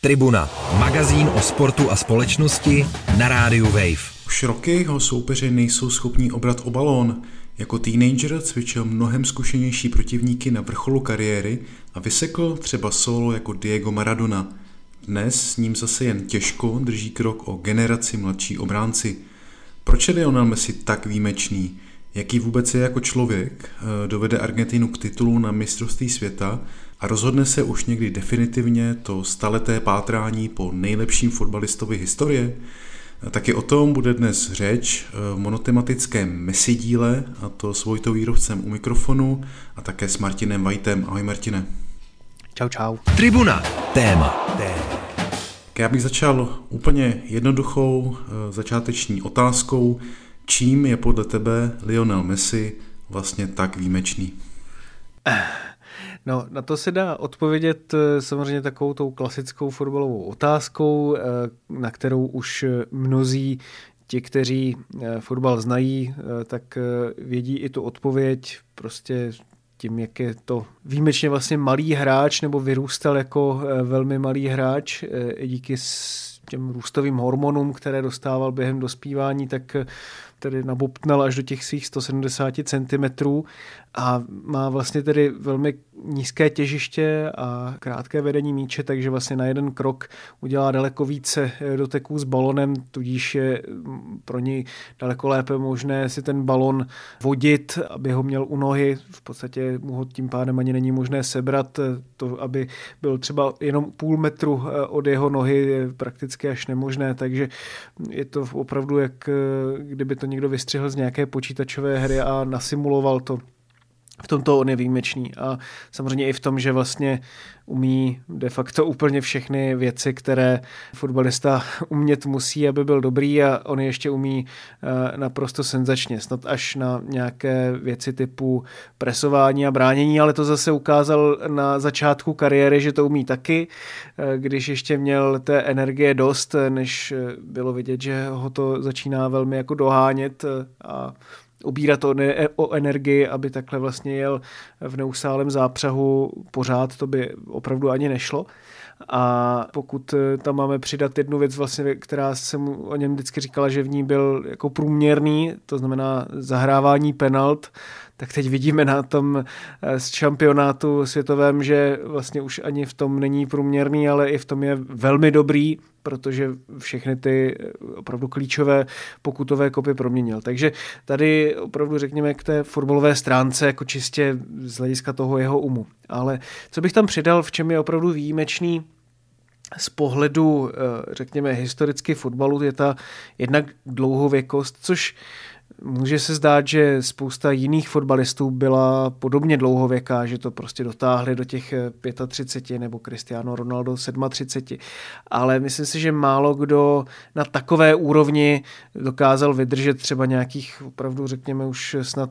Tribuna, magazín o sportu a společnosti na rádiu Wave. Už roky jeho soupeři nejsou schopní obrat o balón. Jako teenager cvičil mnohem zkušenější protivníky na vrcholu kariéry a vysekl třeba solo jako Diego Maradona. Dnes s ním zase jen těžko drží krok o generaci mladší obránci. Proč je Lionel Messi tak výjimečný? Jaký vůbec je jako člověk? Dovede Argentinu k titulu na mistrovství světa a rozhodne se už někdy definitivně to staleté pátrání po nejlepším fotbalistovi historie? Taky o tom bude dnes řeč v monotematickém Messi díle, a to s Vojtou Jírovcem u mikrofonu a také s Martinem Vajtem. Ahoj Martine. Čau, čau. Tribuna, téma. Já bych začal úplně jednoduchou začáteční otázkou. Čím je podle tebe Lionel Messi vlastně tak výjimečný? No, na to se dá odpovědět samozřejmě takovou tou klasickou fotbalovou otázkou, na kterou už mnozí ti, kteří fotbal znají, tak vědí i tu odpověď. Prostě tím, jak je to výjimečně vlastně malý hráč, nebo vyrůstal jako velmi malý hráč díky těm růstovým hormonům, které dostával během dospívání, tak tedy nabobtnal až do těch svých 170 cm a má vlastně tedy velmi nízké těžiště a krátké vedení míče, takže vlastně na jeden krok udělá daleko více doteků s balonem, tudíž je pro něj daleko lépe možné si ten balon vodit, aby ho měl u nohy, v podstatě mu ho tím pádem ani není možné sebrat, to, aby byl třeba jenom půl metru od jeho nohy, je prakticky až nemožné, takže je to opravdu jak kdyby to někdo vystřihl z nějaké počítačové hry a nasimuloval to. V tomto on je výjimečný a samozřejmě i v tom, že vlastně umí de facto úplně všechny věci, které fotbalista umět musí, aby byl dobrý, a on ještě umí naprosto senzačně, snad až na nějaké věci typu presování a bránění, ale to zase ukázal na začátku kariéry, že to umí taky, když ještě měl té energie dost, než bylo vidět, že ho to začíná velmi jako dohánět a ubírat o energii, aby takhle vlastně jel v neustálém zápřahu pořád, to by opravdu ani nešlo. A pokud tam máme přidat jednu věc, vlastně, která se mu o něm vždycky říkala, že v ní byl jako průměrný, to znamená zahrávání penalt, tak teď vidíme na tom z šampionátu světovém, že vlastně už ani v tom není průměrný, ale i v tom je velmi dobrý, protože všechny ty opravdu klíčové pokutové kopy proměnil. Takže tady opravdu řekněme k té fotbalové stránce, jako čistě z hlediska toho jeho umu. Ale co bych tam přidal, v čem je opravdu výjimečný z pohledu, řekněme, historicky fotbalu, je ta jednak dlouhověkost, což může se zdát, že spousta jiných fotbalistů byla podobně dlouhověká, že to prostě dotáhli do těch 35 nebo Cristiano Ronaldo 37, ale myslím si, že málo kdo na takové úrovni dokázal vydržet třeba nějakých opravdu řekněme už snad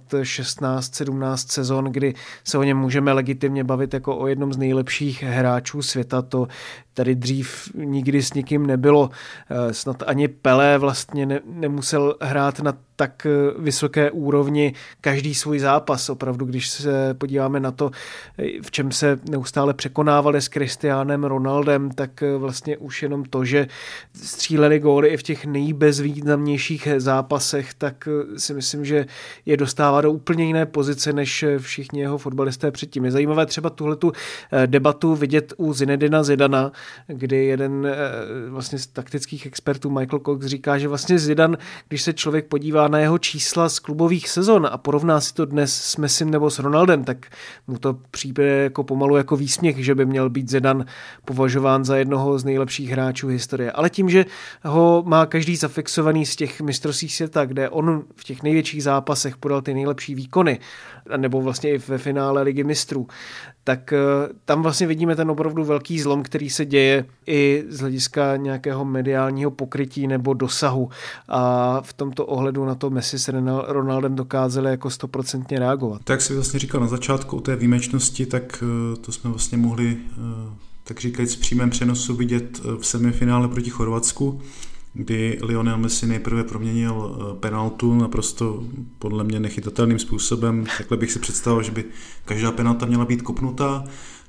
16-17 sezon, kdy se o něm můžeme legitimně bavit jako o jednom z nejlepších hráčů světa. To tady dřív nikdy s nikým nebylo. Snad ani Pelé vlastně nemusel hrát na tak vysoké úrovni každý svůj zápas. Opravdu, když se podíváme na to, v čem se neustále překonávali s Cristianem Ronaldem, tak vlastně už jenom to, že stříleli góly i v těch nejbezvýznamnějších zápasech, tak si myslím, že je dostává do úplně jiné pozice, než všichni jeho fotbalisté předtím. Je zajímavé třeba tuhletu debatu vidět u Zinedina Zidana, kdy jeden vlastně z taktických expertů Michael Cox říká, že vlastně Zidane, když se člověk podívá na jeho čísla z klubových sezon a porovná si to dnes s Messim nebo s Ronaldem, tak mu to přijde jako pomalu jako výsměch, že by měl být Zidane považován za jednoho z nejlepších hráčů historie. Ale tím, že ho má každý zafixovaný z těch mistrovství světa, kde on v těch největších zápasech podal ty nejlepší výkony, nebo vlastně i ve finále Ligy mistrů, tak tam vlastně vidíme ten opravdu velký zlom, který se děje i z hlediska nějakého mediálního pokrytí nebo dosahu. A v tomto ohledu na to Messi s Ronaldem dokázali jako 100% reagovat. Tak jak jsi vlastně říkal na začátku o té výjimečnosti, tak to jsme vlastně mohli tak říkajíc v přímém přenosu vidět v semifinále proti Chorvatsku, kdy Lionel Messi nejprve proměnil penaltu naprosto podle mě nechytatelným způsobem. Takhle bych si představil, že by každá penalta měla být kopnutá.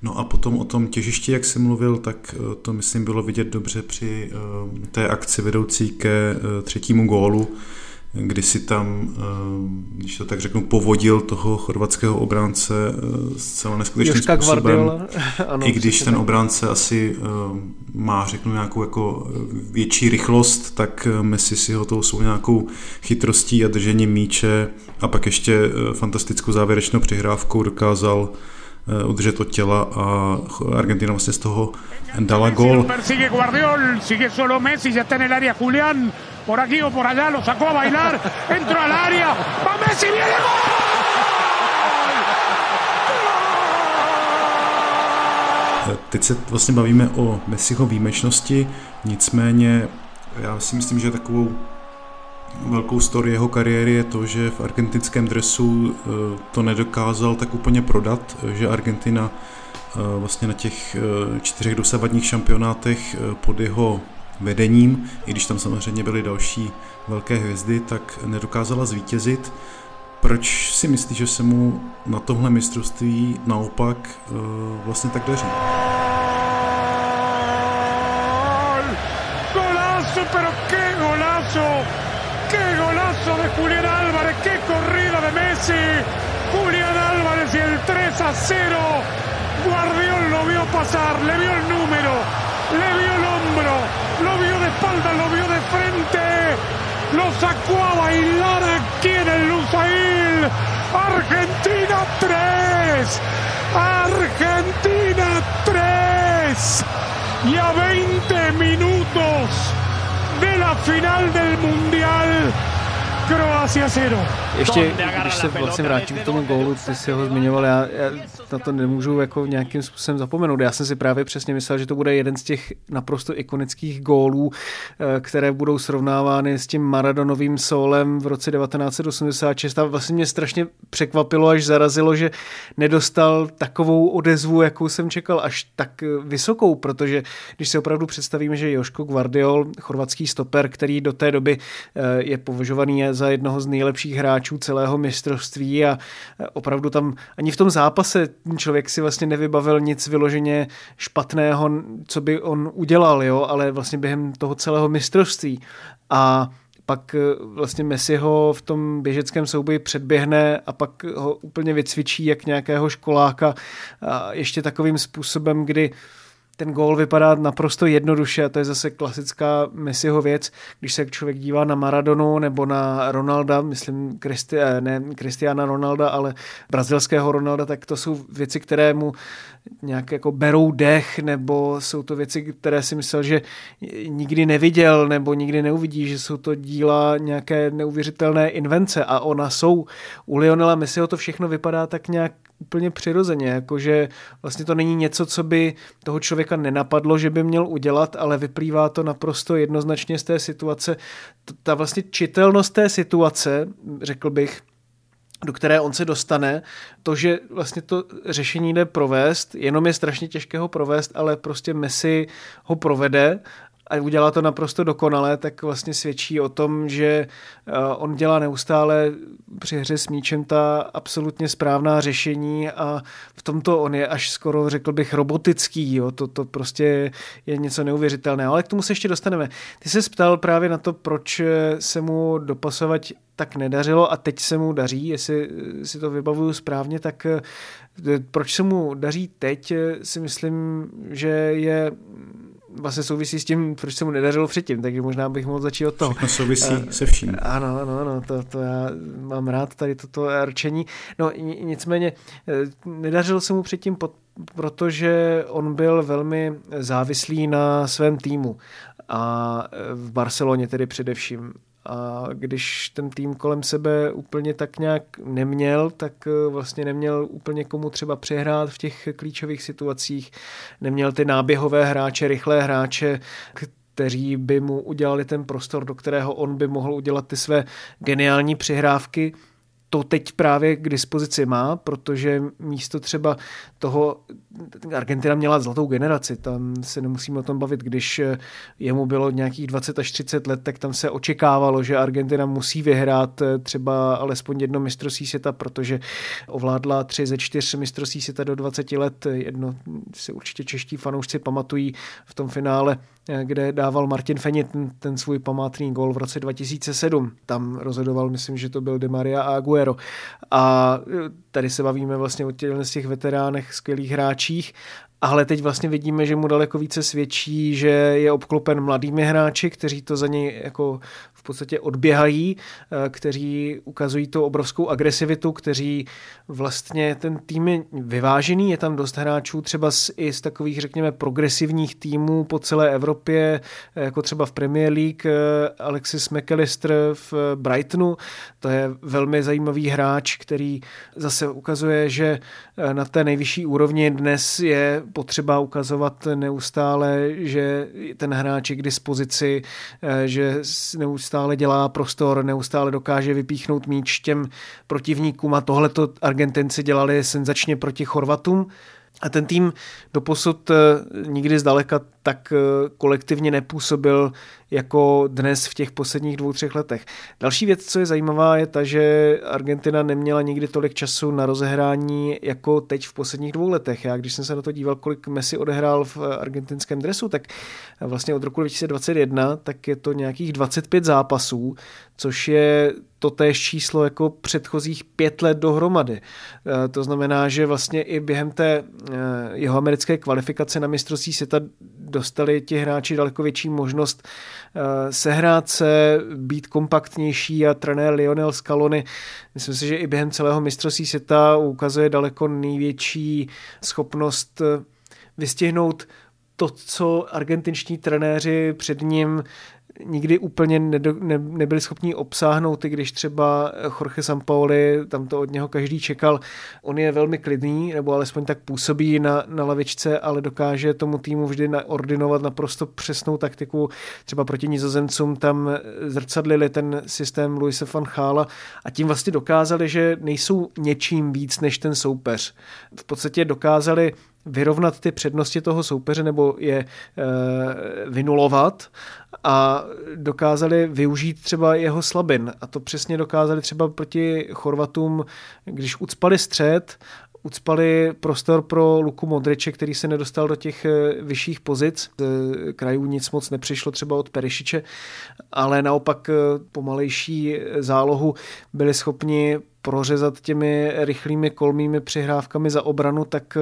No a potom o tom těžišti, jak jsi mluvil, tak to myslím bylo vidět dobře při té akci vedoucí ke třetímu gólu, kdy si tam, když to tak řeknu, povodil toho chorvatského obránce zcela neskutečným způsobem. Ano, i když ten obránce asi má, řeknu, nějakou jako větší rychlost, tak Messi si ho tou svou nějakou chytrostí a držením míče a pak ještě fantastickou závěrečnou přihrávkou dokázal udržet od těla a Argentina vlastně z toho dala gól. Sigue Guardiol, sigue solo Messi, ya está en el área Julián, por aquí o por allá, lo sacó a bailar, entró al área, va Messi, viene gol! Teď se vlastně bavíme o Messiho výjimečnosti, nicméně já si myslím, že takovou velkou story jeho kariéry je to, že v argentinském dresu to nedokázal tak úplně prodat, že Argentina vlastně na těch 4 dosavadních šampionátech pod jeho vedením, i když tam samozřejmě byly další velké hvězdy, tak nedokázala zvítězit. Proč si myslíš, že se mu na tomhle mistrovství naopak vlastně tak daří? Golazo, pero qué golazo! ¡Qué golazo de Julián Álvarez! ¡Qué corrida de Messi! Julián Álvarez y el 3-0. Guardiol lo vio pasar, le vio el número, le vio el hombro, lo vio de espalda, lo vio de frente. Lo sacó a bailar aquí en el Lusail. Argentina 3. Argentina 3. Y a 20 minutos de la final del Mundial, Croacia 0. Ještě, když se vlastně vrátím k tomu gólu, ty si ho zmiňoval, já na to nemůžu jako nějakým způsobem zapomenout. Já jsem si právě přesně myslel, že to bude jeden z těch naprosto ikonických gólů, které budou srovnávány s tím Maradonovým sólem v roce 1986. A vlastně mě strašně překvapilo, až zarazilo, že nedostal takovou odezvu, jakou jsem čekal, až tak vysokou, protože když si opravdu představíme, že Joško Guardiol, chorvatský stoper, který do té doby je považovaný za jednoho z nejlepších hráčů celého mistrovství a opravdu tam ani v tom zápase člověk si vlastně nevybavil nic vyloženě špatného, co by on udělal, jo, ale vlastně během toho celého mistrovství. A pak vlastně Messi ho v tom běžeckém souboji předběhne a pak ho úplně vycvičí jak nějakého školáka a ještě takovým způsobem, kdy ten gól vypadá naprosto jednoduše a to je zase klasická Messiho věc. Když se člověk dívá na Maradonu nebo na Ronalda, myslím ne Cristiana Ronalda, ale brazilského Ronalda, tak to jsou věci, které mu nějak jako berou dech, nebo jsou to věci, které si myslel, že nikdy neviděl nebo nikdy neuvidí, že jsou to díla nějaké neuvěřitelné invence a ona jsou. U Lionela Messiho to všechno vypadá tak nějak úplně přirozeně, jakože vlastně to není něco, co by toho člověka nenapadlo, že by měl udělat, ale vyplývá to naprosto jednoznačně z té situace. Ta vlastně čitelnost té situace, řekl bych, do které on se dostane, to, že vlastně to řešení jde provést, jenom je strašně těžké ho provést, ale prostě Messi ho provede a udělá to naprosto dokonale, tak vlastně svědčí o tom, že on dělá neustále při hře s míčem ta absolutně správná řešení a v tomto on je až skoro, řekl bych, robotický. Jo? To prostě je něco neuvěřitelného. Ale k tomu se ještě dostaneme. Ty se ptal právě na to, proč se mu dopasovat tak nedařilo a teď se mu daří, jestli si to vybavuju správně, tak proč se mu daří teď, si myslím, že je vlastně souvisí s tím, proč se mu nedařilo předtím, takže možná bych mohl začít od toho. Všechno souvisí se vším. Ano, to já mám rád tady toto rčení. No nicméně nedařilo se mu předtím, protože on byl velmi závislý na svém týmu a v Barceloně tedy především. A když ten tým kolem sebe úplně tak nějak neměl, tak vlastně neměl úplně komu třeba přehrát v těch klíčových situacích, neměl ty náběhové hráče, rychlé hráče, kteří by mu udělali ten prostor, do kterého on by mohl udělat ty své geniální přihrávky. to teď právě k dispozici má, protože místo třeba toho, Argentina měla zlatou generaci, tam se nemusíme o tom bavit, když jemu bylo nějakých 20 až 30 let, tak tam se očekávalo, že Argentina musí vyhrát třeba alespoň jedno mistrovství světa, protože ovládla 3 ze 4 mistrovství světa do 20 let. Jedno si určitě čeští fanoušci pamatují v tom finále, kde dával Martin Feni ten svůj památný gól v roce 2007. Tam rozhodoval, myslím, že to byl Di Maria a Agüero. A tady se bavíme vlastně o těch veteránech, skvělých hráčích, ale teď vlastně vidíme, že mu daleko více svědčí, že je obklopen mladými hráči, kteří to za něj jako v podstatě odběhají, kteří ukazují tu obrovskou agresivitu, kteří vlastně ten tým je vyvážený, je tam dost hráčů třeba i z takových, řekněme, progresivních týmů po celé Evropě, jako třeba v Premier League Alexis McAllister v Brightonu, to je velmi zajímavý hráč, který zase ukazuje, že na té nejvyšší úrovni dnes je potřeba ukazovat neustále, že ten hráč je k dispozici, že neustále dělá prostor, neustále dokáže vypíchnout míč těm protivníkům a tohleto Argentinci dělali senzačně proti Chorvatům. A ten tým doposud nikdy zdaleka tak kolektivně nepůsobil jako dnes v těch posledních 2-3 letech. Další věc, co je zajímavá, je ta, že Argentina neměla nikdy tolik času na rozehrání jako teď v posledních 2 letech. Já když jsem se na to díval, kolik Messi odehrál v argentinském dresu, tak vlastně od roku 2021, tak je to nějakých 25 zápasů, což je totéž číslo jako předchozích 5 let dohromady. To znamená, že vlastně i během té jeho americké kvalifikace na mistrovství světa dostali ti hráči daleko větší možnost sehrát se, být kompaktnější a trenér Lionel Scaloni, myslím si, že i během celého mistrovství světa ukazuje daleko největší schopnost vystihnout to, co argentinští trenéři před ním nikdy úplně nebyli schopni obsáhnout, i když třeba Jorge Sampaoli, tam to od něho každý čekal. On je velmi klidný, nebo alespoň tak působí na lavičce, ale dokáže tomu týmu vždy ordinovat naprosto přesnou taktiku. Třeba proti Nizozemcům tam zrcadlili ten systém Luise van Gaala a tím vlastně dokázali, že nejsou něčím víc než ten soupeř. V podstatě dokázali vyrovnat ty přednosti toho soupeře nebo je vynulovat a dokázali využít třeba jeho slabin. A to přesně dokázali třeba proti Chorvatům, když ucpali střed, ucpali prostor pro Luku Modriče, který se nedostal do těch vyšších pozic. Krajů nic moc nepřišlo třeba od Perišiče, ale naopak pomalejší zálohu byli schopni prořezat těmi rychlými kolmými přihrávkami za obranu, tak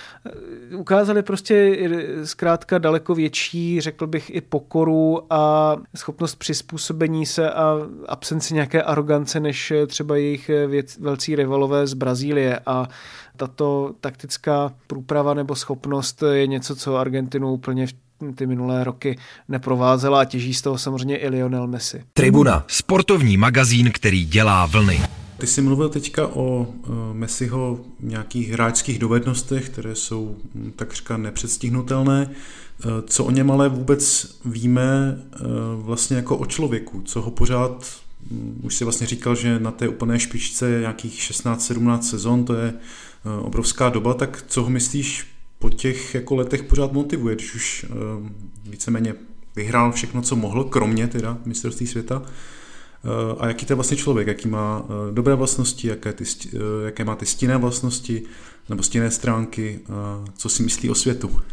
ukázali prostě zkrátka daleko větší, řekl bych, i pokoru a schopnost přizpůsobení se a absenci nějaké arogance, než třeba jejich velcí rivalové z Brazílie. A tato taktická průprava nebo schopnost je něco, co Argentinu úplně v ty minulé roky neprovázela a těží z toho samozřejmě i Lionel Messi. Tribuna, sportovní magazín, který dělá vlny. Ty jsi mluvil teďka o Messiho nějakých hráčských dovednostech, které jsou takřka nepředstihnutelné. Co o něm ale vůbec víme vlastně jako o člověku? Co ho pořád, už si vlastně říkal, že na té úplné špičce je nějakých 16-17 sezon, to je obrovská doba, tak co ho myslíš po těch jako letech pořád motivuje, když už víceméně vyhrál všechno, co mohl, kromě teda mistrovství světa? A jaký to je vlastně člověk, jaký má dobré vlastnosti, jaké má ty stinné vlastnosti nebo stinné stránky, co si myslí o světu?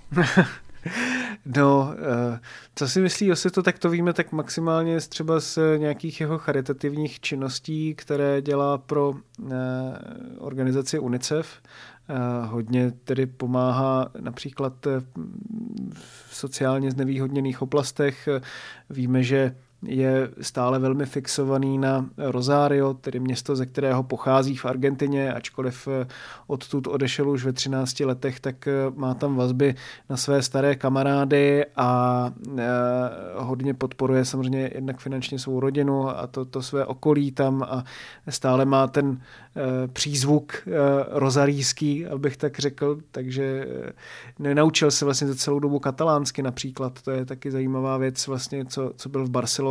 No, co si myslí o světu, tak to víme tak maximálně třeba z nějakých jeho charitativních činností, které dělá pro organizaci UNICEF. Hodně tedy pomáhá například v sociálně znevýhodněných oblastech. Víme, že je stále velmi fixovaný na Rosario, tedy město, ze kterého pochází v Argentině, ačkoliv odtud odešel už ve 13 letech, tak má tam vazby na své staré kamarády a hodně podporuje samozřejmě jednak finančně svou rodinu a to své okolí tam a stále má ten přízvuk rozarijský, abych tak řekl, takže nenaučil se vlastně za celou dobu katalánsky například, to je taky zajímavá věc vlastně, co byl v Barceloně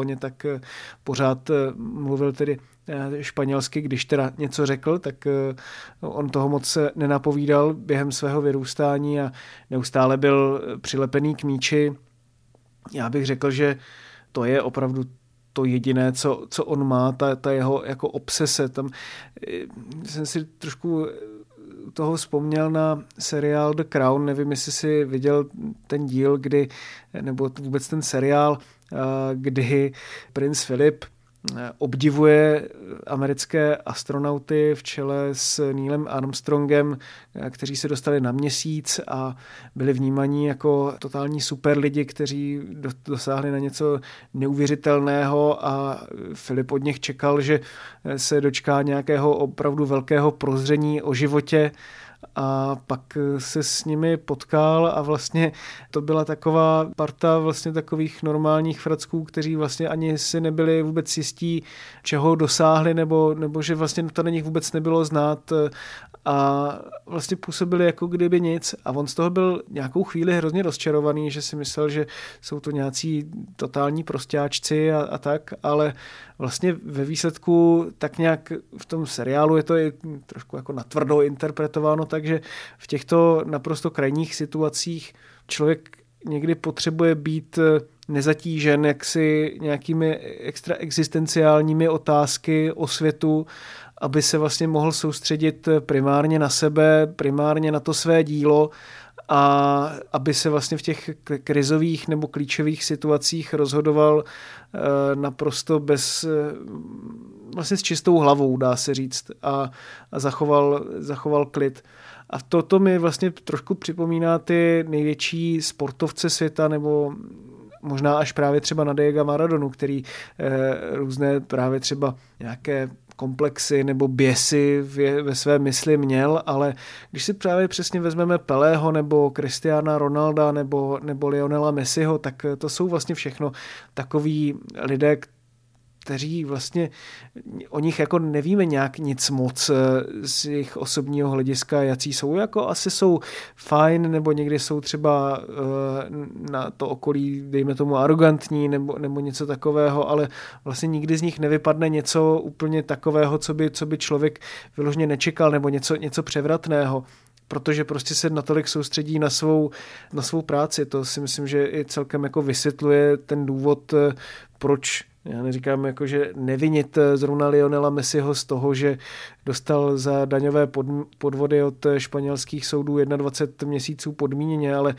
Barceloně, tak pořád mluvil tedy španělsky, když teda něco řekl, tak on toho moc nenapovídal během svého vyrůstání a neustále byl přilepený k míči. Já bych řekl, že to je opravdu to jediné, co on má, ta jeho jako obsese. Tam jsem si trošku toho vzpomněl na seriál The Crown, nevím, jestli si viděl ten díl, nebo vůbec ten seriál, kdy princ Filip obdivuje americké astronauty v čele s Neilem Armstrongem, kteří se dostali na Měsíc a byli vnímaní jako totální super lidi, kteří dosáhli na něco neuvěřitelného a Filip od nich čekal, že se dočká nějakého opravdu velkého prozření o životě a pak se s nimi potkal a vlastně to byla taková parta vlastně takových normálních fracků, kteří vlastně ani si nebyli vůbec jistí, čeho dosáhli, nebo že vlastně to na nich vůbec nebylo znát a vlastně působili jako kdyby nic a on z toho byl nějakou chvíli hrozně rozčarovaný, že si myslel, že jsou to nějací totální prostáčci a tak, ale vlastně ve výsledku tak nějak v tom seriálu je to i trošku jako natvrdo interpretováno, takže v těchto naprosto krajních situacích člověk někdy potřebuje být nezatížen jaksi nějakými extra existenciálními otázky o světu, aby se vlastně mohl soustředit primárně na sebe, primárně na to své dílo a aby se vlastně v těch krizových nebo klíčových situacích rozhodoval naprosto vlastně s čistou hlavou, dá se říct, a zachoval klid. A toto mi vlastně trošku připomíná ty největší sportovce světa, nebo možná až právě třeba na Diega Maradonu, který různé právě třeba nějaké komplexy nebo běsy ve své mysli měl, ale když si právě přesně vezmeme Pelého nebo Cristiana Ronalda nebo Lionela Messiho, tak to jsou vlastně všechno takoví lidé, kteří vlastně o nich jako nevíme nějak nic moc z jejich osobního hlediska, jací jsou, jako asi jsou fajn, nebo někdy jsou třeba na to okolí, dejme tomu, arrogantní, nebo něco takového, ale vlastně nikdy z nich nevypadne něco úplně takového, co by člověk vyloženě nečekal, nebo něco převratného, protože prostě se natolik soustředí na svou práci. To si myslím, že i celkem jako vysvětluje ten důvod, proč já neříkám, jako, že nevinit zrovna Lionela Messiho z toho, že dostal za daňové podvody od španělských soudů 21 měsíců podmíněně, ale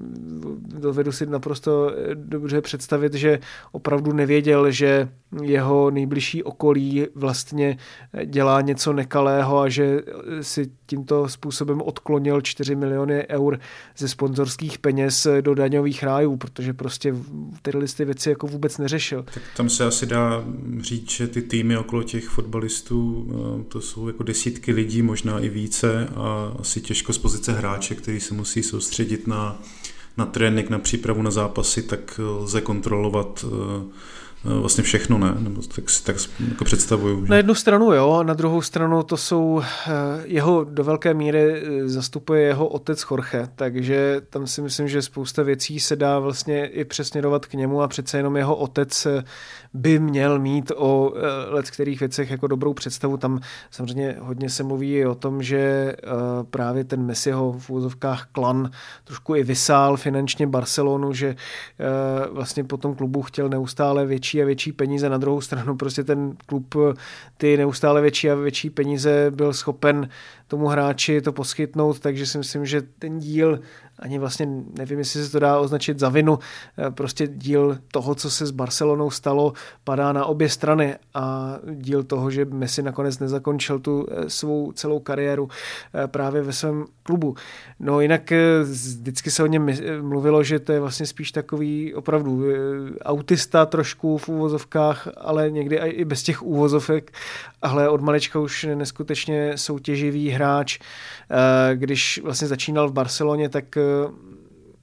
dovedu si naprosto dobře představit, že opravdu nevěděl, že jeho nejbližší okolí vlastně dělá něco nekalého a že si tímto způsobem odklonil 4 miliony eur ze sponzorských peněz do daňových rájů, protože prostě tyhle věci jako vůbec neřešil. Tak tam se asi dá říct, že ty týmy okolo těch fotbalistů, to jsou jako desítky lidí, možná i více a asi těžko z pozice hráče, který se musí soustředit na trénink, na přípravu na zápasy, tak lze kontrolovat vlastně všechno, ne? Nebo tak jako představuju. Že? Na jednu stranu jo, na druhou stranu to jsou jeho do velké míry zastupuje jeho otec Jorge, takže tam si myslím, že spousta věcí se dá vlastně i přesměrovat k němu a přece jenom jeho otec by měl mít o leckterých věcech jako dobrou představu. Tam samozřejmě hodně se mluví o tom, že právě ten Messiho v úvozovkách klan trošku i vysál finančně Barcelonu, že vlastně po tom klubu chtěl neustále větší a větší peníze. Na druhou stranu prostě ten klub ty neustále větší a větší peníze byl schopen tomu hráči to poskytnout, takže si myslím, že ten díl ani vlastně nevím, jestli se to dá označit za vinu, prostě díl toho, co se s Barcelonou stalo, padá na obě strany a díl toho, že Messi nakonec nezakončil tu svou celou kariéru právě ve svém klubu. No jinak vždycky se o něm mluvilo, že to je vlastně spíš takový opravdu autista trošku v úvozovkách, ale někdy i bez těch úvozovek, ale od malička už neskutečně soutěživý hráč. Když vlastně začínal v Barceloně, tak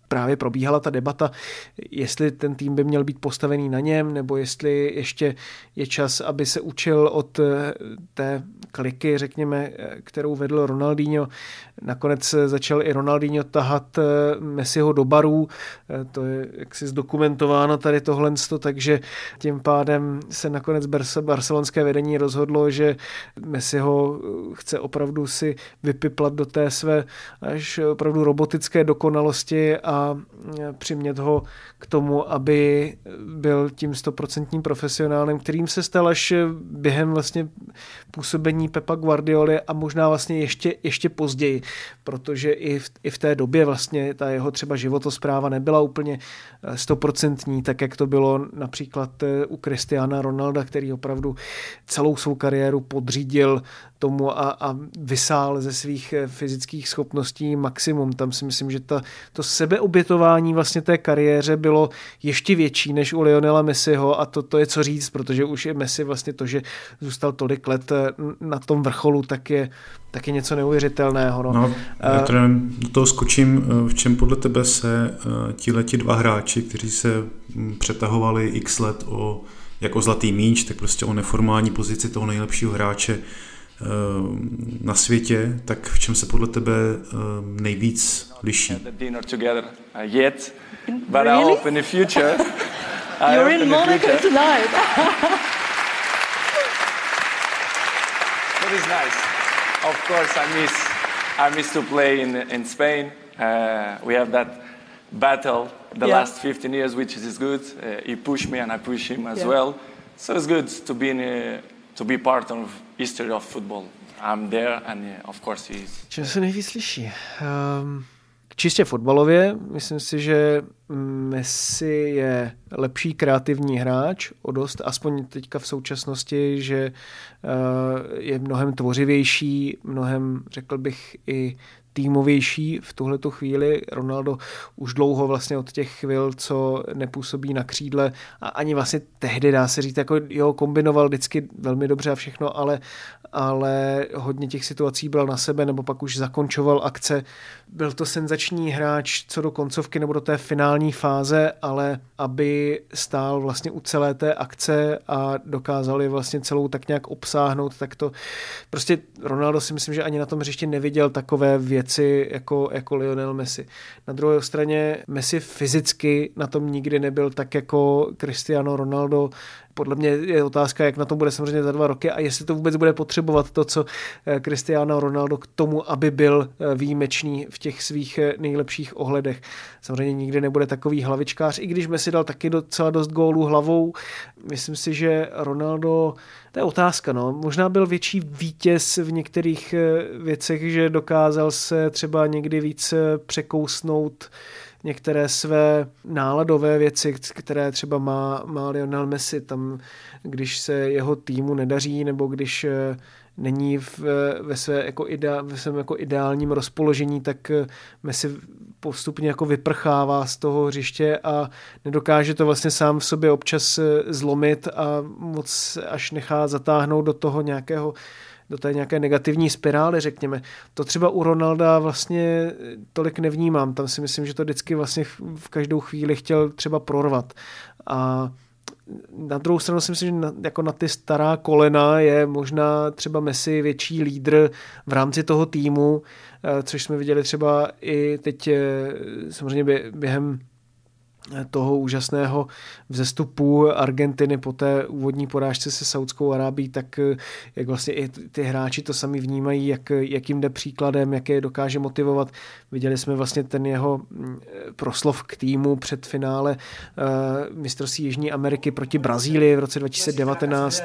právě probíhala ta debata, jestli ten tým by měl být postavený na něm, nebo jestli ještě je čas, aby se učil od té kliky, řekněme, kterou vedl Ronaldinho. Nakonec začal i Ronaldinho tahat Messiho do barů, to je jaksi zdokumentováno tady tohle, takže tím pádem se nakonec barcelonské vedení rozhodlo, že Messiho chce opravdu si vypiplat do té své až opravdu robotické dokonalosti a přimět ho k tomu, aby byl tím 100% profesionálem, kterým se stal až během vlastně působení Pepa Guardioli a možná vlastně ještě později, protože i v té době vlastně ta jeho třeba životospráva nebyla úplně 100%, tak jak to bylo například u Cristiana Ronalda, který opravdu celou svou kariéru podřídil tomu a vysál ze svých fyzických schopností maximum. Tam si myslím, že to sebeobětování vlastně té kariéře bylo ještě větší než u Lionela Messiho a to je co říct, protože už je Messi vlastně to, že zůstal tolik let na tom vrcholu, tak je něco neuvěřitelného. No, já teda do toho skočím, v čem podle tebe se tihleti dva hráči, kteří se přetahovali x let jako zlatý míč, tak prostě o neformální pozici toho nejlepšího hráče na světě, tak v čem se podle tebe nejvíc liší? But I hope in the future. You're in Monaco tonight. That is nice. Of course, I miss to play in Spain. We have that battle the last 15 years, which is good. He pushed me and I push him as well. So it's good to be part of history of football. I'm there and of course he is. Čím se nejvíc slyší? Čistě fotbalově, myslím si, že Messi je lepší kreativní hráč o dost, aspoň teďka v současnosti, že je mnohem tvořivější, mnohem, řekl bych, i týmovější v tuhletu chvíli. Ronaldo už dlouho vlastně od těch chvil, co nepůsobí na křídle a ani vlastně tehdy dá se říct, jako jo, kombinoval vždycky velmi dobře a všechno, ale hodně těch situací byl na sebe, nebo pak už zakončoval akce. Byl to senzační hráč co do koncovky nebo do té finální fáze, ale aby stál vlastně u celé té akce a dokázali vlastně celou tak nějak obsáhnout, tak to prostě Ronaldo si myslím, že ani na tom hřišti neviděl takové věci jako Lionel Messi. Na druhé straně Messi fyzicky na tom nikdy nebyl tak jako Cristiano Ronaldo. Podle mě je otázka, jak na tom bude samozřejmě za 2 roky a jestli to vůbec bude potřebovat to, co Cristiano Ronaldo k tomu, aby byl výjimečný v těch svých nejlepších ohledech. Samozřejmě nikdy nebude takový hlavičkář, i když Messi dal taky docela dost gólů hlavou. Myslím si, že Ronaldo, to je otázka, no. Možná byl větší vítěz v některých věcech, že dokázal se třeba někdy víc překousnout některé své náladové věci, které třeba má Lionel Messi. Tam, když se jeho týmu nedaří, nebo když není ve svém jako ideálním rozpoložení, tak Messi postupně jako vyprchává z toho hřiště a nedokáže to vlastně sám v sobě občas zlomit a moc až nechá zatáhnout do té nějaké negativní spirály, řekněme. To třeba u Ronalda vlastně tolik nevnímám. Tam si myslím, že to vždycky vlastně v každou chvíli chtěl třeba prorvat. A na druhou stranu si myslím, že jako na ty stará kolena je možná třeba Messi větší lídr v rámci toho týmu, což jsme viděli třeba i teď samozřejmě během toho úžasného vzestupu Argentiny po té úvodní porážce se Saudskou Arábií, tak jak vlastně i ty hráči to sami vnímají, jak jim jde příkladem, jak je dokáže motivovat. Viděli jsme vlastně ten jeho proslov k týmu před finále mistrovství Jižní Ameriky proti Brazílii v roce 2019.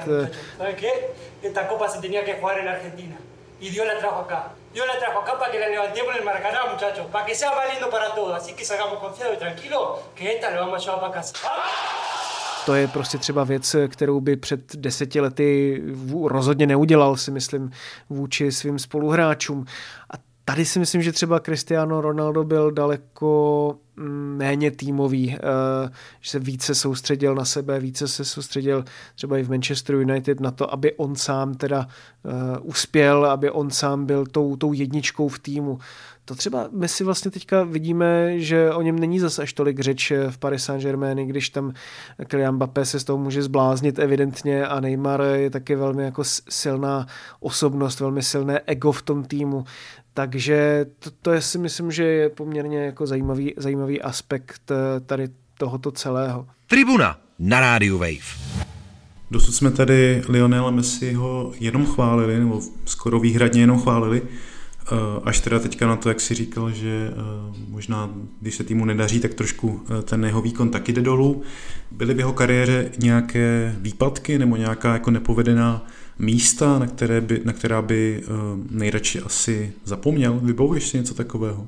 Y Dios la trajo acá. Dios la trajo acá para que la levantemos en el Maracaná, muchachos, para que sea más lindo para todos. Así que salgamos confiados y tranquilos, que esta le vamos a llevar para casa. To je prostě třeba věc, kterou by před 10 lety rozhodně neudělal, si myslím, vůči svým spoluhráčům. A tady si myslím, že třeba Cristiano Ronaldo byl daleko méně týmový, že se více soustředil na sebe, více se soustředil třeba i v Manchester United na to, aby on sám teda uspěl, aby on sám byl tou jedničkou v týmu. To třeba my si vlastně teďka vidíme, že o něm není zas až tolik řeč v Paris Saint-Germain, když tam Kylian Mbappé se z toho může zbláznit evidentně a Neymar je taky velmi jako silná osobnost, velmi silné ego v tom týmu. Takže to je, si myslím, že je poměrně jako zajímavý aspekt tady tohoto celého. Tribuna na rádiu Wave. Dosud jsme tady Lionela Messiho jenom chválili, nebo skoro výhradně jenom chválili, až teda teďka na to, jak si říkal, že možná, když se týmu nedaří, tak trošku ten jeho výkon taky jde dolů. Byly v jeho kariéře nějaké výpadky nebo nějaká jako nepovedená místa, na která by nejradši asi zapomněl? Vybavuješ si něco takového?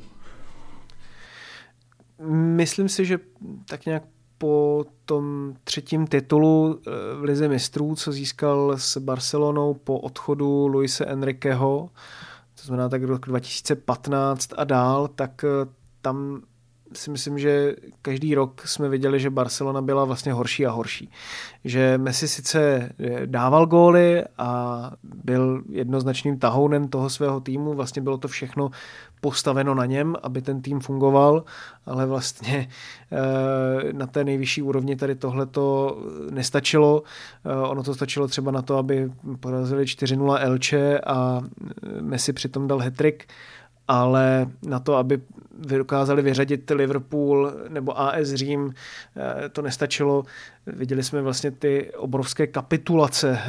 Myslím si, že tak nějak po tom 3. titulu v Lize mistrů, co získal s Barcelonou po odchodu Luise Enriqueho, to znamená tak rok 2015 a dál, tak tam si myslím, že každý rok jsme viděli, že Barcelona byla vlastně horší a horší. Že Messi sice dával góly a byl jednoznačným tahounem toho svého týmu, vlastně bylo to všechno postaveno na něm, aby ten tým fungoval, ale vlastně na té nejvyšší úrovni tady tohleto nestačilo. Ono to stačilo třeba na to, aby porazili 4-0 Elche a Messi přitom dal hat-trick, ale na to, aby dokázali vyřadit Liverpool nebo AS Řím, to nestačilo. Viděli jsme vlastně ty obrovské kapitulace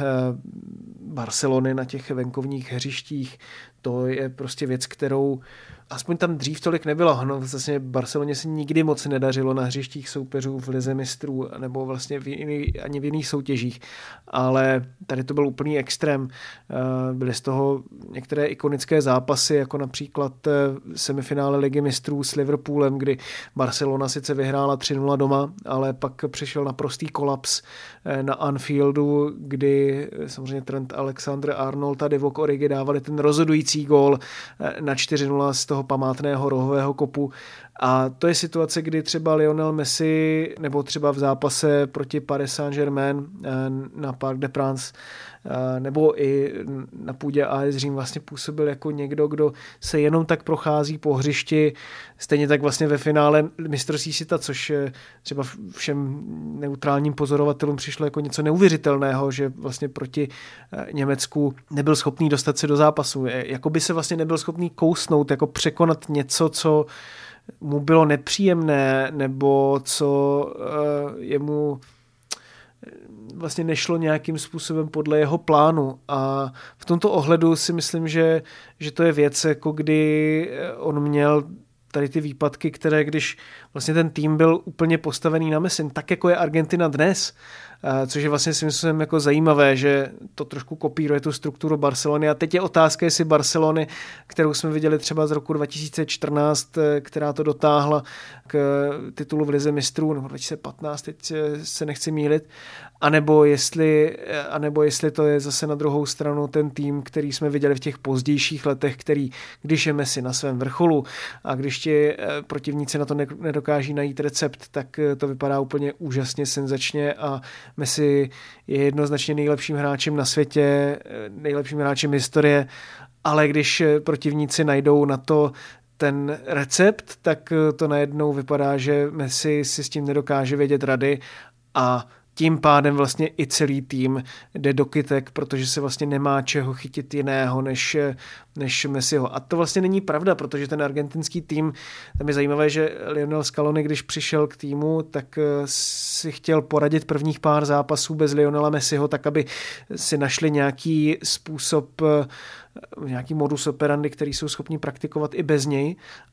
Barcelony na těch venkovních hřištích. To je prostě věc, kterou aspoň tam dřív tolik nebylo. No, vlastně Barceloně se nikdy moc nedařilo na hřištích soupeřů v Lize mistrů nebo vlastně ani v jiných soutěžích. Ale tady to byl úplný extrém. Byly z toho některé ikonické zápasy, jako například semifinále Ligy mistrů s Liverpoolem, kdy Barcelona sice vyhrála 3-0 doma, ale pak přišel naprostý kolaps na Anfieldu, kdy samozřejmě Trent Alexander-Arnold a Divock Origi dávali ten rozhodující gól na 4-0 z toho památného rohového kopu. A to je situace, kdy třeba Lionel Messi nebo třeba v zápase proti Paris Saint-Germain na Parc des Princes nebo i na půdě AS Řím vlastně působil jako někdo, kdo se jenom tak prochází po hřišti, stejně tak vlastně ve finále mistrovství světa, což třeba všem neutrálním pozorovatelům přišlo jako něco neuvěřitelného, že vlastně proti Německu nebyl schopný dostat se do zápasu. Jako by se vlastně nebyl schopný kousnout, jako překonat něco, co mu bylo nepříjemné, nebo co jemu vlastně nešlo nějakým způsobem podle jeho plánu. A v tomto ohledu si myslím, že to je věc, jako kdy on měl tady ty výpadky, které když vlastně ten tým byl úplně postavený na Messi, tak jako je Argentina dnes, což je vlastně si myslím jako zajímavé, že to trošku kopíruje tu strukturu Barcelony. A teď je otázka, jestli Barcelony, kterou jsme viděli třeba z roku 2014, která to dotáhla k titulu v Lize mistrů, nebo 2015, teď se nechci mýlit, anebo jestli to je zase na druhou stranu ten tým, který jsme viděli v těch pozdějších letech, který, když je Messi na svém vrcholu a když ti protivníci na to nedokáží najít recept, tak to vypadá úplně úžasně, senzačně a Messi je jednoznačně nejlepším hráčem na světě, nejlepším hráčem historie, ale když protivníci najdou na to ten recept, tak to najednou vypadá, že Messi si s tím nedokáže vědět rady a tím pádem vlastně i celý tým jde do kytek, protože se vlastně nemá čeho chytit jiného než Messiho. A to vlastně není pravda, protože ten argentinský tým, tam je zajímavé, že Lionel Scaloni, když přišel k týmu, tak si chtěl poradit prvních pár zápasů bez Lionela Messiho, tak aby si našli nějaký způsob, nějaký modus operandi, který jsou schopni praktikovat i bez něj.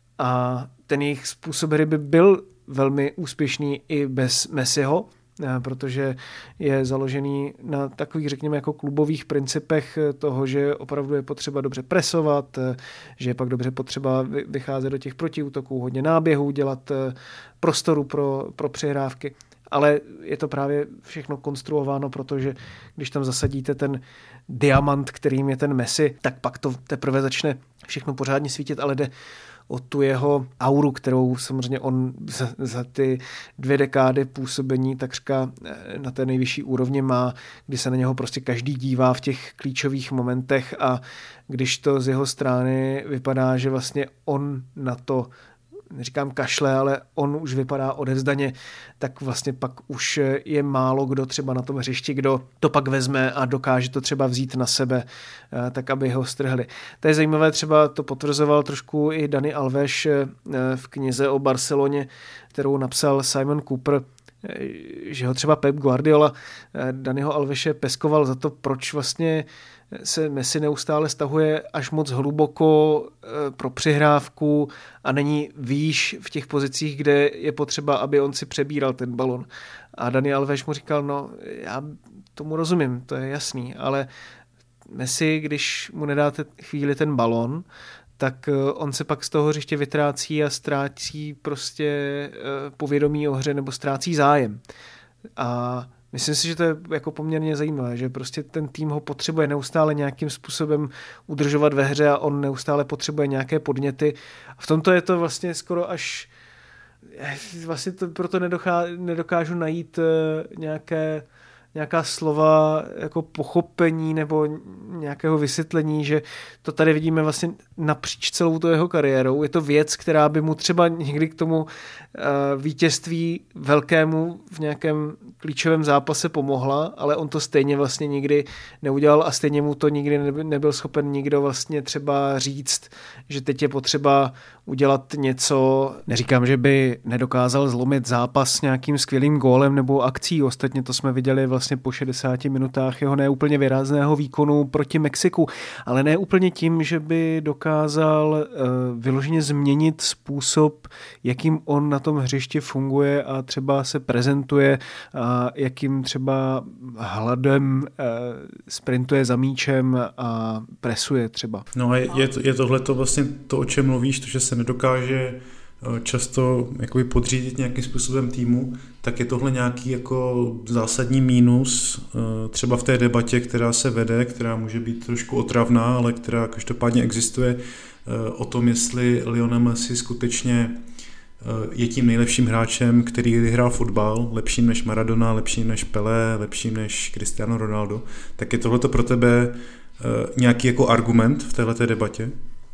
A ten jejich způsob hry by byl velmi úspěšný i bez Messiho, protože je založený na takových, řekněme, jako klubových principech toho, že opravdu je potřeba dobře presovat, že je pak dobře potřeba vycházet do těch protiútoků, hodně náběhů, dělat prostoru pro přihrávky. Ale je to právě všechno konstruováno, protože když tam zasadíte ten diamant, kterým je ten Messi, tak pak to teprve začne všechno pořádně svítit, ale jde o tu jeho auru, kterou samozřejmě on za ty 2 dekády působení takřka na té nejvyšší úrovni má, kdy se na něho prostě každý dívá v těch klíčových momentech a když to z jeho strany vypadá, že vlastně on na to neříkám kašle, ale on už vypadá odevzdaně, tak vlastně pak už je málo kdo třeba na tom hřišti, kdo to pak vezme a dokáže to třeba vzít na sebe, tak aby ho strhli. To je zajímavé, třeba to potvrzoval trošku i Dani Alves v knize o Barceloně, kterou napsal Simon Cooper, že ho třeba Pep Guardiola Daniho Alvese peskoval za to, proč vlastně se Messi neustále stahuje až moc hluboko pro přihrávku a není výš v těch pozicích, kde je potřeba, aby on si přebíral ten balon. A Dani Alves mu říkal, no já tomu rozumím, to je jasný, ale Messi, když mu nedáte chvíli ten balon, tak on se pak z toho hřiště vytrácí a ztrácí prostě povědomí o hře nebo ztrácí zájem. A myslím si, že to je jako poměrně zajímavé, že prostě ten tým ho potřebuje neustále nějakým způsobem udržovat ve hře a on neustále potřebuje nějaké podněty. A v tomto je to vlastně skoro až... Vlastně to proto nedokážu najít nějaká slova jako pochopení nebo nějakého vysvětlení, že to tady vidíme vlastně napříč celou tu jeho kariérou. Je to věc, která by mu třeba někdy k tomu vítězství velkému v nějakém klíčovém zápase pomohla, ale on to stejně vlastně nikdy neudělal a stejně mu to nikdy nebyl schopen nikdo vlastně třeba říct, že teď je potřeba udělat něco. Neříkám, že by nedokázal zlomit zápas nějakým skvělým gólem nebo akcí. Ostatně to jsme viděli vlastně po 60 minutách jeho neúplně výrazného výkonu proti Mexiku, ale ne úplně tím, že by dokázal vyloženě změnit způsob, jakým on na tom hřišti funguje a třeba se prezentuje a jakým třeba hladem sprintuje za míčem a presuje třeba. No a je tohleto vlastně to, o čem mluvíš, to, že se nedokáže často jakoby podřídit nějakým způsobem týmu, tak je tohle nějaký jako zásadní mínus třeba v té debatě, která se vede, která může být trošku otravná, ale která každopádně existuje o tom, jestli Lionel Messi skutečně je tím nejlepším hráčem, který vyhrál fotbal, lepším než Maradona, lepším než Pelé, lepším než Cristiano Ronaldo. Tak je tohleto pro tebe nějaký jako argument v téhleté debatě?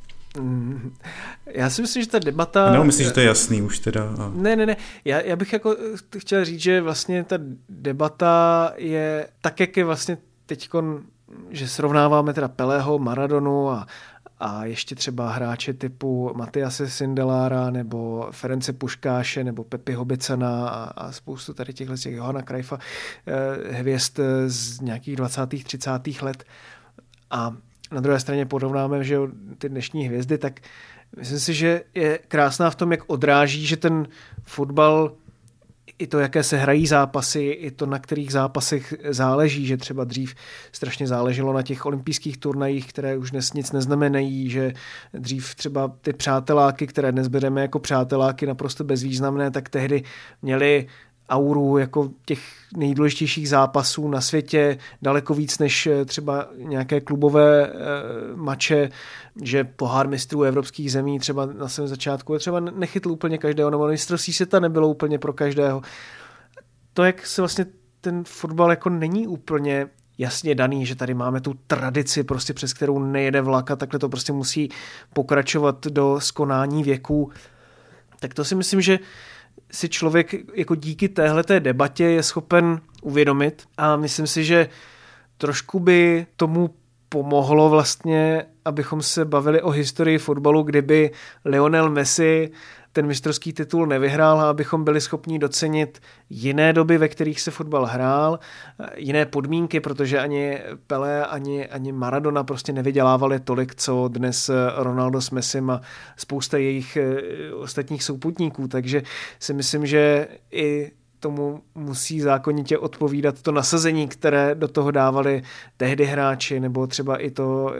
Já si myslím, že ta debata... No, myslím, že to je jasný už teda. Ne. Já bych jako chtěl říct, že vlastně ta debata je tak, jak je vlastně teďkon, že srovnáváme teda Pelého, Maradonu a ještě třeba hráče typu Matiase Sindelára nebo Ference Puškáše nebo Pepi Hobicana a spoustu tady těchto Johana Cruyffa, hvězd z nějakých 20. 30. let. A na druhé straně porovnáme, že ty dnešní hvězdy, tak myslím si, že je krásná v tom, jak odráží, že ten fotbal, i to, jaké se hrají zápasy, i to, na kterých zápasech záleží, že třeba dřív strašně záleželo na těch olympijských turnajích, které už dnes nic neznamenají, že dřív třeba ty přáteláky, které dnes bereme jako přáteláky naprosto bezvýznamné, tak tehdy měli auru jako těch nejdůležitějších zápasů na světě, daleko víc než třeba nějaké klubové mače, že pohár mistrů evropských zemí třeba na svém začátku třeba nechytl úplně každého, nebo mistrovství světa nebylo úplně pro každého. To, jak se vlastně ten fotbal jako není úplně jasně daný, že tady máme tu tradici, prostě přes kterou nejede vlak a takhle to prostě musí pokračovat do skonání věků, tak to si myslím, že si člověk jako díky téhleté debatě je schopen uvědomit a myslím si, že trošku by tomu pomohlo vlastně, abychom se bavili o historii fotbalu, kdyby Lionel Messi ten mistrovský titul nevyhrál a abychom byli schopni docenit jiné doby, ve kterých se fotbal hrál, jiné podmínky, protože ani Pelé, ani Maradona prostě nevydělávali tolik, co dnes Ronaldo s Messim a spousta jejich ostatních souputníků, takže si myslím, že i tomu musí zákonitě odpovídat to nasazení, které do toho dávali tehdy hráči, nebo třeba i to,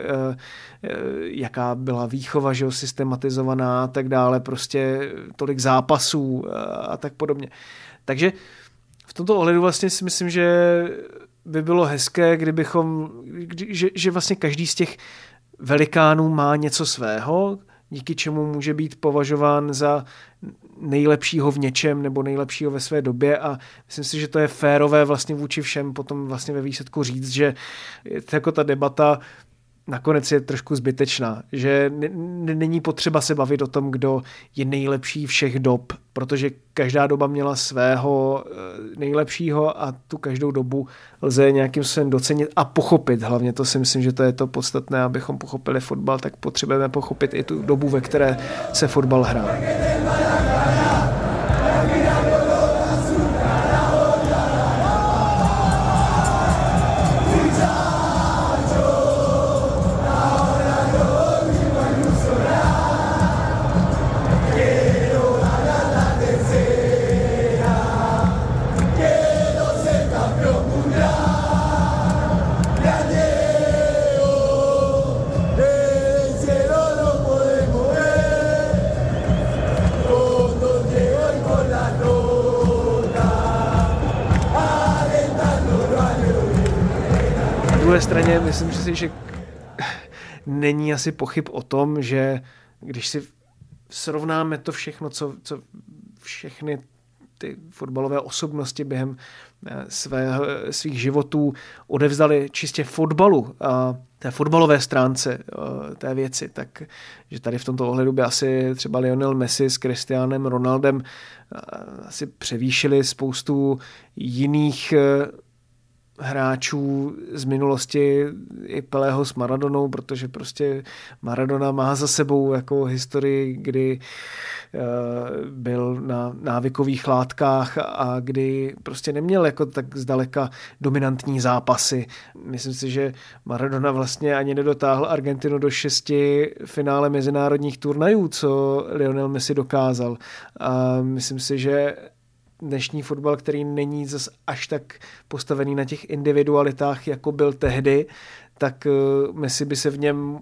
jaká byla výchova, že jo, systematizovaná a tak dále, prostě tolik zápasů a tak podobně. Takže v tomto ohledu vlastně si myslím, že by bylo hezké, že vlastně každý z těch velikánů má něco svého, díky čemu může být považován za nejlepšího v něčem nebo nejlepšího ve své době a myslím si, že to je férové vlastně vůči všem potom vlastně ve výsledku říct, že jako ta debata nakonec je trošku zbytečná, že není potřeba se bavit o tom, kdo je nejlepší všech dob, protože každá doba měla svého nejlepšího a tu každou dobu lze nějakým způsobem docenit a pochopit. Hlavně to si myslím, že to je to podstatné, abychom pochopili fotbal, tak potřebujeme pochopit i tu dobu, ve které se fotbal hrál. Na druhé straně myslím si, že není asi pochyb o tom, že když si srovnáme to všechno, co všechny ty fotbalové osobnosti během svých životů odevzdali čistě fotbalu a té fotbalové stránce té věci, tak že tady v tomto ohledu by asi třeba Lionel Messi s Cristianem Ronaldem asi převýšili spoustu jiných hráčů z minulosti i Pelého s Maradonou, protože prostě Maradona má za sebou jako historii, kdy byl na návykových látkách a kdy prostě neměl jako tak zdaleka dominantní zápasy. Myslím si, že Maradona vlastně ani nedotáhl Argentinu do 6 finále mezinárodních turnajů, co Lionel Messi dokázal. A myslím si, že dnešní fotbal, který není zas až tak postavený na těch individualitách, jako byl tehdy, tak Messi by se v něm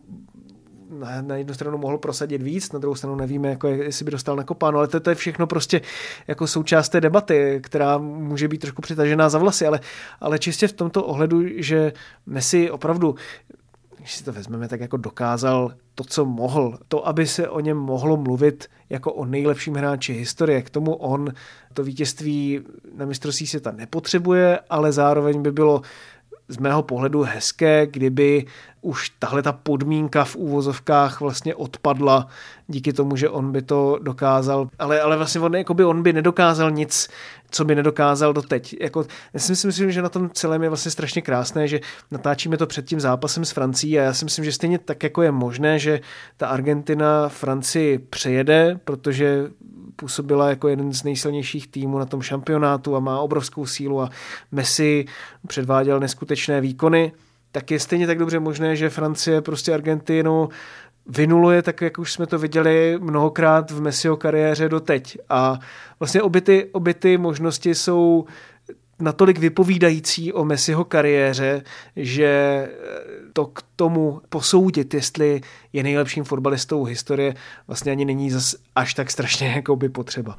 na jednu stranu mohl prosadit víc, na druhou stranu nevíme, jako jestli by dostal nakopáno, ale to je všechno prostě jako součást té debaty, která může být trošku přitažená za vlasy, ale čistě v tomto ohledu, že Messi opravdu, když si to vezmeme, tak jako dokázal to, co mohl. To, aby se o něm mohlo mluvit jako o nejlepším hráči historie. K tomu on to vítězství na mistrovství světa nepotřebuje, ale zároveň by bylo z mého pohledu hezké, kdyby už tahle ta podmínka v úvozovkách vlastně odpadla díky tomu, že on by to dokázal. Ale vlastně on by nedokázal nic, co by nedokázal doteď. Jako, já si myslím, že na tom celém je vlastně strašně krásné, že natáčíme to před tím zápasem s Francií a já si myslím, že stejně tak jako je možné, že ta Argentina Francii přejede, protože působila jako jeden z nejsilnějších týmů na tom šampionátu a má obrovskou sílu a Messi předváděl neskutečné výkony, tak je stejně tak dobře možné, že Francie prostě Argentinu vynuluje, tak jak už jsme to viděli mnohokrát v Messiho kariéře doteď. A vlastně obě ty možnosti jsou natolik vypovídající o Messiho kariéře, že to k tomu posoudit, jestli je nejlepším fotbalistou historie, vlastně ani není zas až tak strašně jako by potřeba.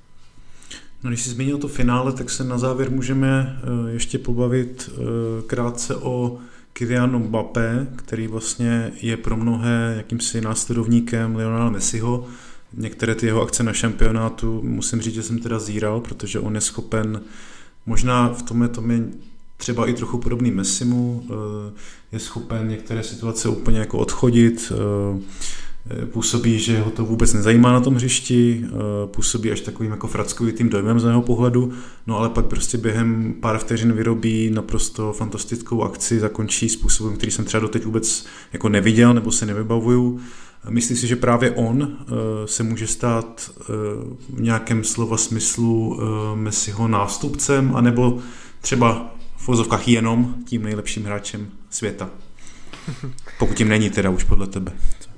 No, když jsi zmínil to finále, tak se na závěr můžeme ještě pobavit krátce o Kylianu Mbappé, který vlastně je pro mnohé jakýmsi následovníkem Lionela Messiho. Některé ty jeho akce na šampionátu musím říct, že jsem teda zíral, protože on je schopen, možná v tomhle tom je třeba i trochu podobný Messimu, je schopen některé situace úplně jako odchodit, působí, že ho to vůbec nezajímá na tom hřišti, působí až takovým jako frackovitým dojmem z mého pohledu, no ale pak prostě během pár vteřin vyrobí naprosto fantastickou akci, zakončí způsobem, který jsem třeba doteď vůbec jako neviděl nebo se nevybavuju. Myslím si, že právě on se může stát v nějakém slova smyslu Messiho nástupcem, anebo třeba v vozovkách jenom tím nejlepším hráčem světa. Pokud tím není teda už podle tebe.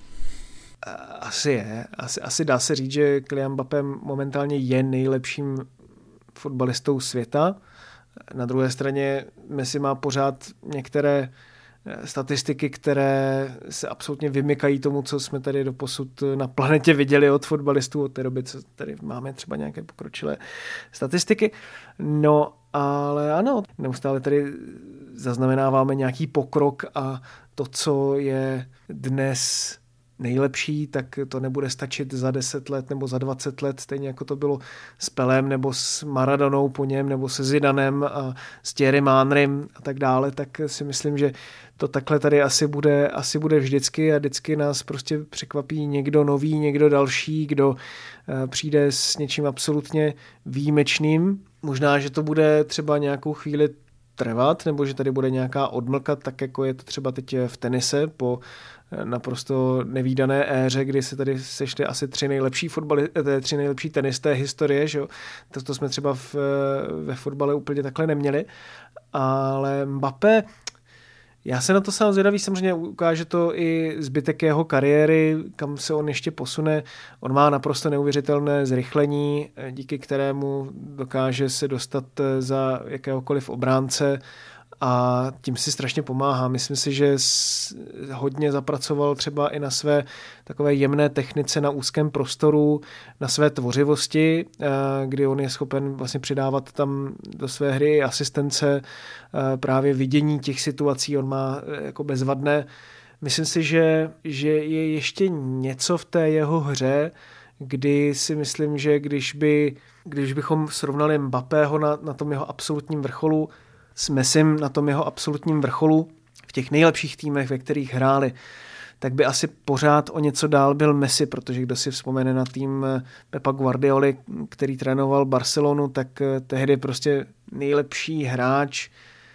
Asi je. Asi dá se říct, že Kylian Mbappé momentálně je nejlepším fotbalistou světa. Na druhé straně Messi má pořád některé statistiky, které se absolutně vymykají tomu, co jsme tady doposud na planetě viděli od fotbalistů od té doby, co tady máme třeba nějaké pokročilé statistiky. No, ale ano, neustále tady zaznamenáváme nějaký pokrok a to, co je dnes nejlepší, tak to nebude stačit za 10 let nebo za 20 let, stejně jako to bylo s Pelem nebo s Maradonou po něm nebo se Zidanem a s Thierrym Henrym a tak dále, tak si myslím, že to takhle tady asi bude vždycky a vždycky nás prostě překvapí někdo nový, někdo další, kdo přijde s něčím absolutně výjimečným. Možná, že to bude třeba nějakou chvíli trvat, nebo že tady bude nějaká odmlka, tak jako je to třeba teď v tenise po naprosto nevídané éře, kdy se tady sešly asi tři nejlepší tenisté historie, že jo? To jsme třeba ve fotbale úplně takhle neměli, ale Mbappé, já se na to sám zvědavý, samozřejmě ukáže to i zbytek jeho kariéry, kam se on ještě posune. On má naprosto neuvěřitelné zrychlení, díky kterému dokáže se dostat za jakéhokoliv obránce a tím si strašně pomáhá. Myslím si, že hodně zapracoval třeba i na své takové jemné technice na úzkém prostoru, na své tvořivosti, kdy on je schopen vlastně přidávat tam do své hry asistence, právě vidění těch situací, on má jako bezvadné. Myslím si, že je ještě něco v té jeho hře, kdy si myslím, že když bychom srovnali Mbappého na tom jeho absolutním vrcholu s Messim na tom jeho absolutním vrcholu v těch nejlepších týmech, ve kterých hráli, tak by asi pořád o něco dál byl Messi, protože kdo si vzpomene na tým Pepa Guardioli, který trénoval Barcelonu, tak tehdy prostě nejlepší hráč,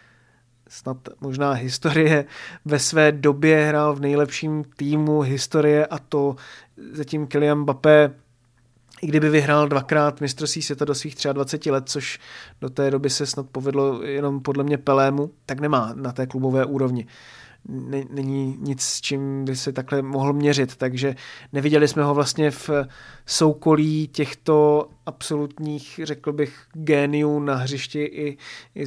snad možná historie, ve své době hrál v nejlepším týmu historie a to zatím Kylian Mbappé, i kdyby vyhrál 2krát mistrovství světa do svých 23 let, což do té doby se snad povedlo jenom podle mě Pelému, tak nemá na té klubové úrovni. Není nic, s čím by se takhle mohl měřit, takže neviděli jsme ho vlastně v soukolí těchto absolutních, řekl bych, géniů na hřišti i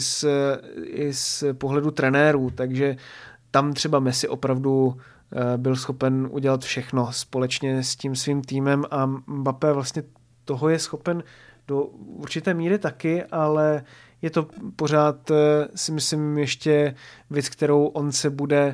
z pohledu trenérů, takže tam třeba Messi opravdu byl schopen udělat všechno společně s tím svým týmem a Mbappé vlastně toho je schopen do určité míry taky, ale je to pořád, si myslím, ještě věc, kterou on se bude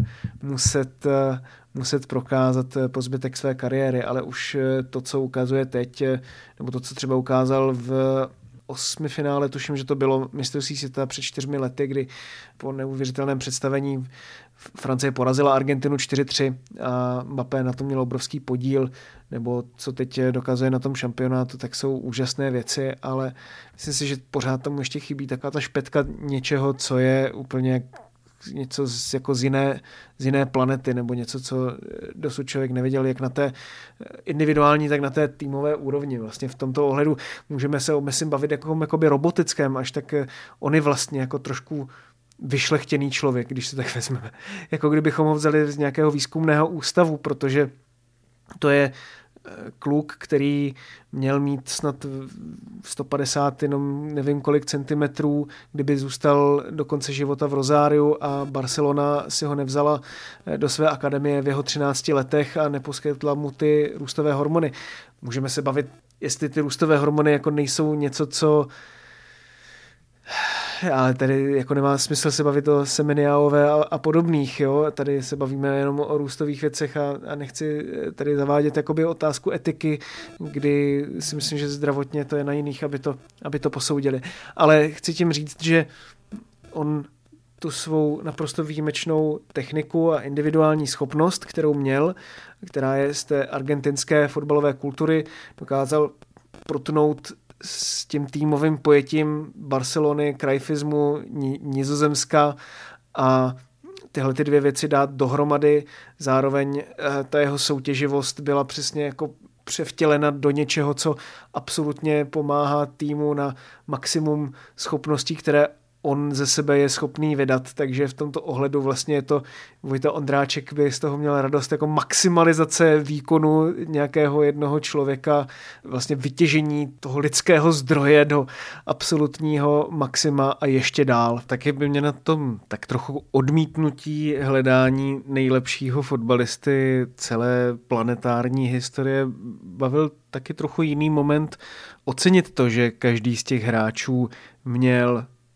muset prokázat po zbytek své kariéry, ale už to, co ukazuje teď, nebo to, co třeba ukázal v 8. finále, tuším, že to bylo mistrovství světa před 4 lety, kdy po neuvěřitelném představení Francie porazila Argentinu 4-3 a Mbappé na tom měl obrovský podíl, nebo co teď dokazuje na tom šampionátu, tak jsou úžasné věci, ale myslím si, že pořád tomu ještě chybí taková ta špetka něčeho, co je úplně něco jako z jiné planety, nebo něco, co dosud člověk nevěděl, jak na té individuální, tak na té týmové úrovni. Vlastně v tomto ohledu můžeme se o Messim bavit jakoby robotickém, až tak on je vlastně jako trošku vyšlechtěný člověk, když se tak vezmeme. Jako kdybychom ho vzali z nějakého výzkumného ústavu, protože to je kluk, který měl mít snad 150, jenom nevím kolik centimetrů, kdyby zůstal do konce života v Rosáriu a Barcelona si ho nevzala do své akademie v jeho 13 letech a neposkytla mu ty růstové hormony. Můžeme se bavit, jestli ty růstové hormony jako nejsou něco, co ale tady jako nemá smysl se bavit o Semeniaové a podobných, jo. Tady se bavíme jenom o růstových věcech a nechci tady zavádět jakoby otázku etiky, kdy si myslím, že zdravotně to je na jiných, aby to posoudili. Ale chci tím říct, že on tu svou naprosto výjimečnou techniku a individuální schopnost, kterou měl, která je z té argentinské fotbalové kultury, dokázal protnout s tím týmovým pojetím Barcelony, Cruyffismu, Nizozemska a tyhle ty dvě věci dát dohromady. Zároveň ta jeho soutěživost byla přesně jako převtělena do něčeho, co absolutně pomáhá týmu na maximum schopností, které on ze sebe je schopný vydat, takže v tomto ohledu vlastně je to, Vojta Ondráček by z toho měl radost, jako maximalizace výkonu nějakého jednoho člověka, vlastně vytěžení toho lidského zdroje do absolutního maxima a ještě dál. Taky by mě na tom tak trochu odmítnutí hledání nejlepšího fotbalisty celé planetární historie bavil taky trochu jiný moment ocenit to, že každý z těch hráčů měl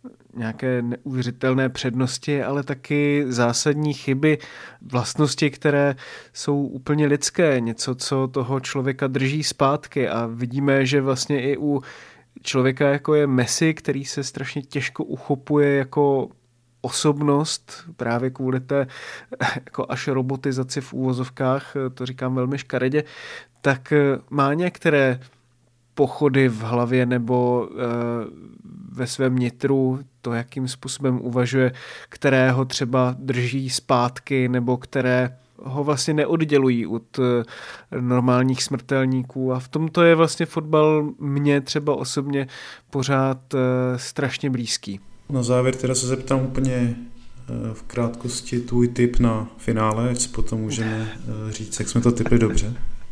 nějaké neuvěřitelné přednosti, ale taky zásadní chyby, vlastnosti, které jsou úplně lidské, něco, co toho člověka drží zpátky a vidíme, že vlastně i u člověka, jako je Messi, který se strašně těžko uchopuje jako osobnost právě kvůli té jako až robotizaci v úvozovkách, to říkám velmi škaredě, tak má některé pochody v hlavě nebo ve svém nitru, to, jakým způsobem uvažuje, které ho třeba drží zpátky nebo které ho vlastně neoddělují od normálních smrtelníků a v tomto je vlastně fotbal mně třeba osobně pořád strašně blízký. Na závěr teda se zeptám úplně v krátkosti tvůj tip na finále, ať si potom můžeme říct, jak jsme to tipli dobře.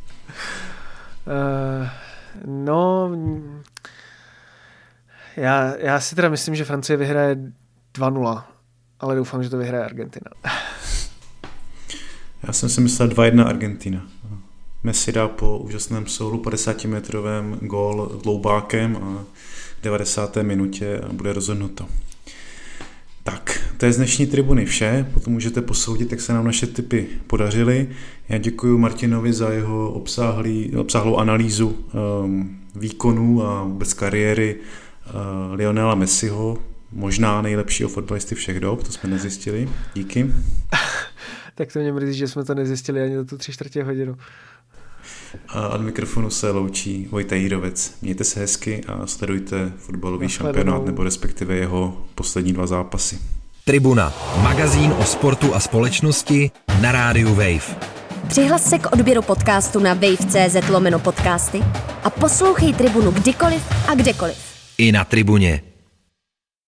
No, já si teda myslím, že Francie vyhraje 2-0, ale doufám, že to vyhraje Argentina. Já jsem si myslel 2-1 Argentina. Messi dá po úžasném soulu 50-metrovém gól dloubákem a 90. minutě a bude rozhodnuto. Tak, to je z dnešní tribuny vše, potom můžete posoudit, jak se nám naše tipy podařily. Já děkuji Martinovi za jeho obsáhlou analýzu výkonů a vůbec kariéry Lionela Messiho, možná nejlepšího fotbalisty všech dob, to jsme nezjistili. Díky. Tak to mě mrzí, že jsme to nezjistili ani za tu 3/4 hodinu. A od mikrofonu se loučí Vojta Jírovec. Mějte se hezky a sledujte fotbalový šampionát nebo respektive jeho poslední 2 zápasy. Tribuna, magazín o sportu a společnosti na rádiu Wave. Přihlas se k odběru podcastu na wave.cz/podcasty a poslouchej Tribunu kdykoliv a kdekoliv. I na tribuně.